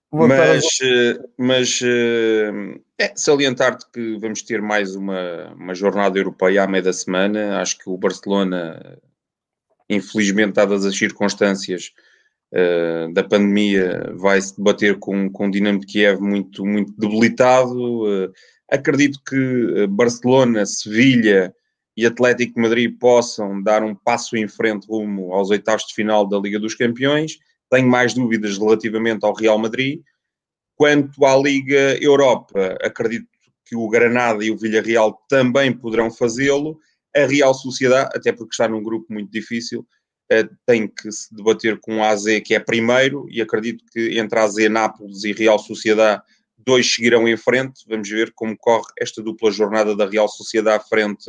D: Mas salientar-te que vamos ter mais uma jornada europeia à meia da semana. Acho que o Barcelona, infelizmente, dadas as circunstâncias da pandemia, vai se debater com o Dinamo de Kiev muito, muito debilitado. Acredito que Barcelona, Sevilha e Atlético de Madrid possam dar um passo em frente rumo aos oitavos de final da Liga dos Campeões. Tenho mais dúvidas relativamente ao Real Madrid. Quanto à Liga Europa, acredito que o Granada e o Villarreal também poderão fazê-lo. A Real Sociedade, até porque está num grupo muito difícil, tem que se debater com o AZ, que é primeiro, e acredito que entre AZ, Nápoles e Real Sociedade, 2 seguirão em frente. Vamos ver como corre esta dupla jornada da Real Sociedade frente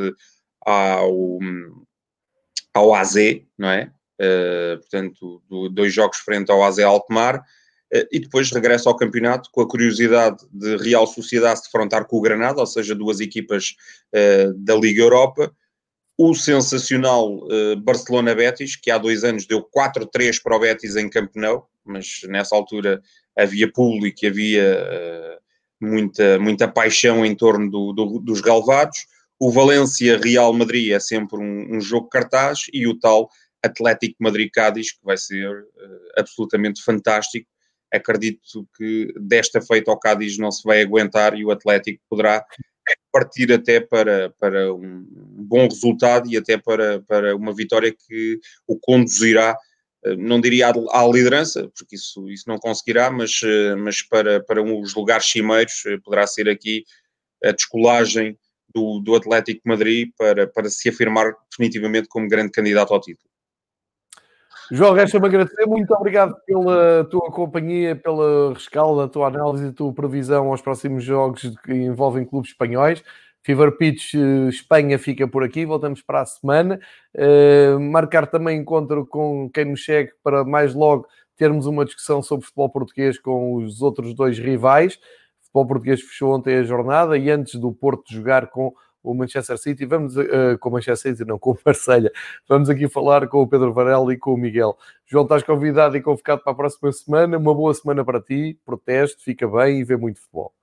D: ao AZ, não é? Portanto, 2 jogos frente ao AZ Alkmaar, e depois regressa ao campeonato com a curiosidade de Real Sociedade se defrontar com o Granada, ou seja, 2 equipas da Liga Europa. O sensacional Barcelona-Betis, que há 2 anos deu 4-3 para o Betis em Camp Nou, mas nessa altura havia público e havia muita paixão em torno dos relevados. O Valência-Real Madrid é sempre um jogo cartaz, e o tal Atlético Madrid-Cádiz, que vai ser absolutamente fantástico. Acredito que desta feita ao Cádiz não se vai aguentar, e o Atlético poderá partir até para um bom resultado e até para uma vitória que o conduzirá, não diria à liderança, porque isso não conseguirá, mas para os lugares cimeiros. Poderá ser aqui a descolagem do Atlético de Madrid para se afirmar definitivamente como grande candidato ao título.
C: João, resta-me agradecer. Muito obrigado pela tua companhia, pela rescalda, a tua análise e a tua previsão aos próximos jogos que envolvem clubes espanhóis. Fever Pitch Espanha fica por aqui, voltamos para a semana. Marcar também encontro com quem nos segue para mais logo termos uma discussão sobre futebol português com os outros 2 rivais. O futebol português fechou ontem a jornada, e antes do Porto jogar com o Manchester City, vamos com o Manchester City, não, com o Marselha. Vamos aqui falar com o Pedro Varela e com o Miguel. João, estás convidado e convocado para a próxima semana. Uma boa semana para ti, proteste, fica bem e vê muito futebol.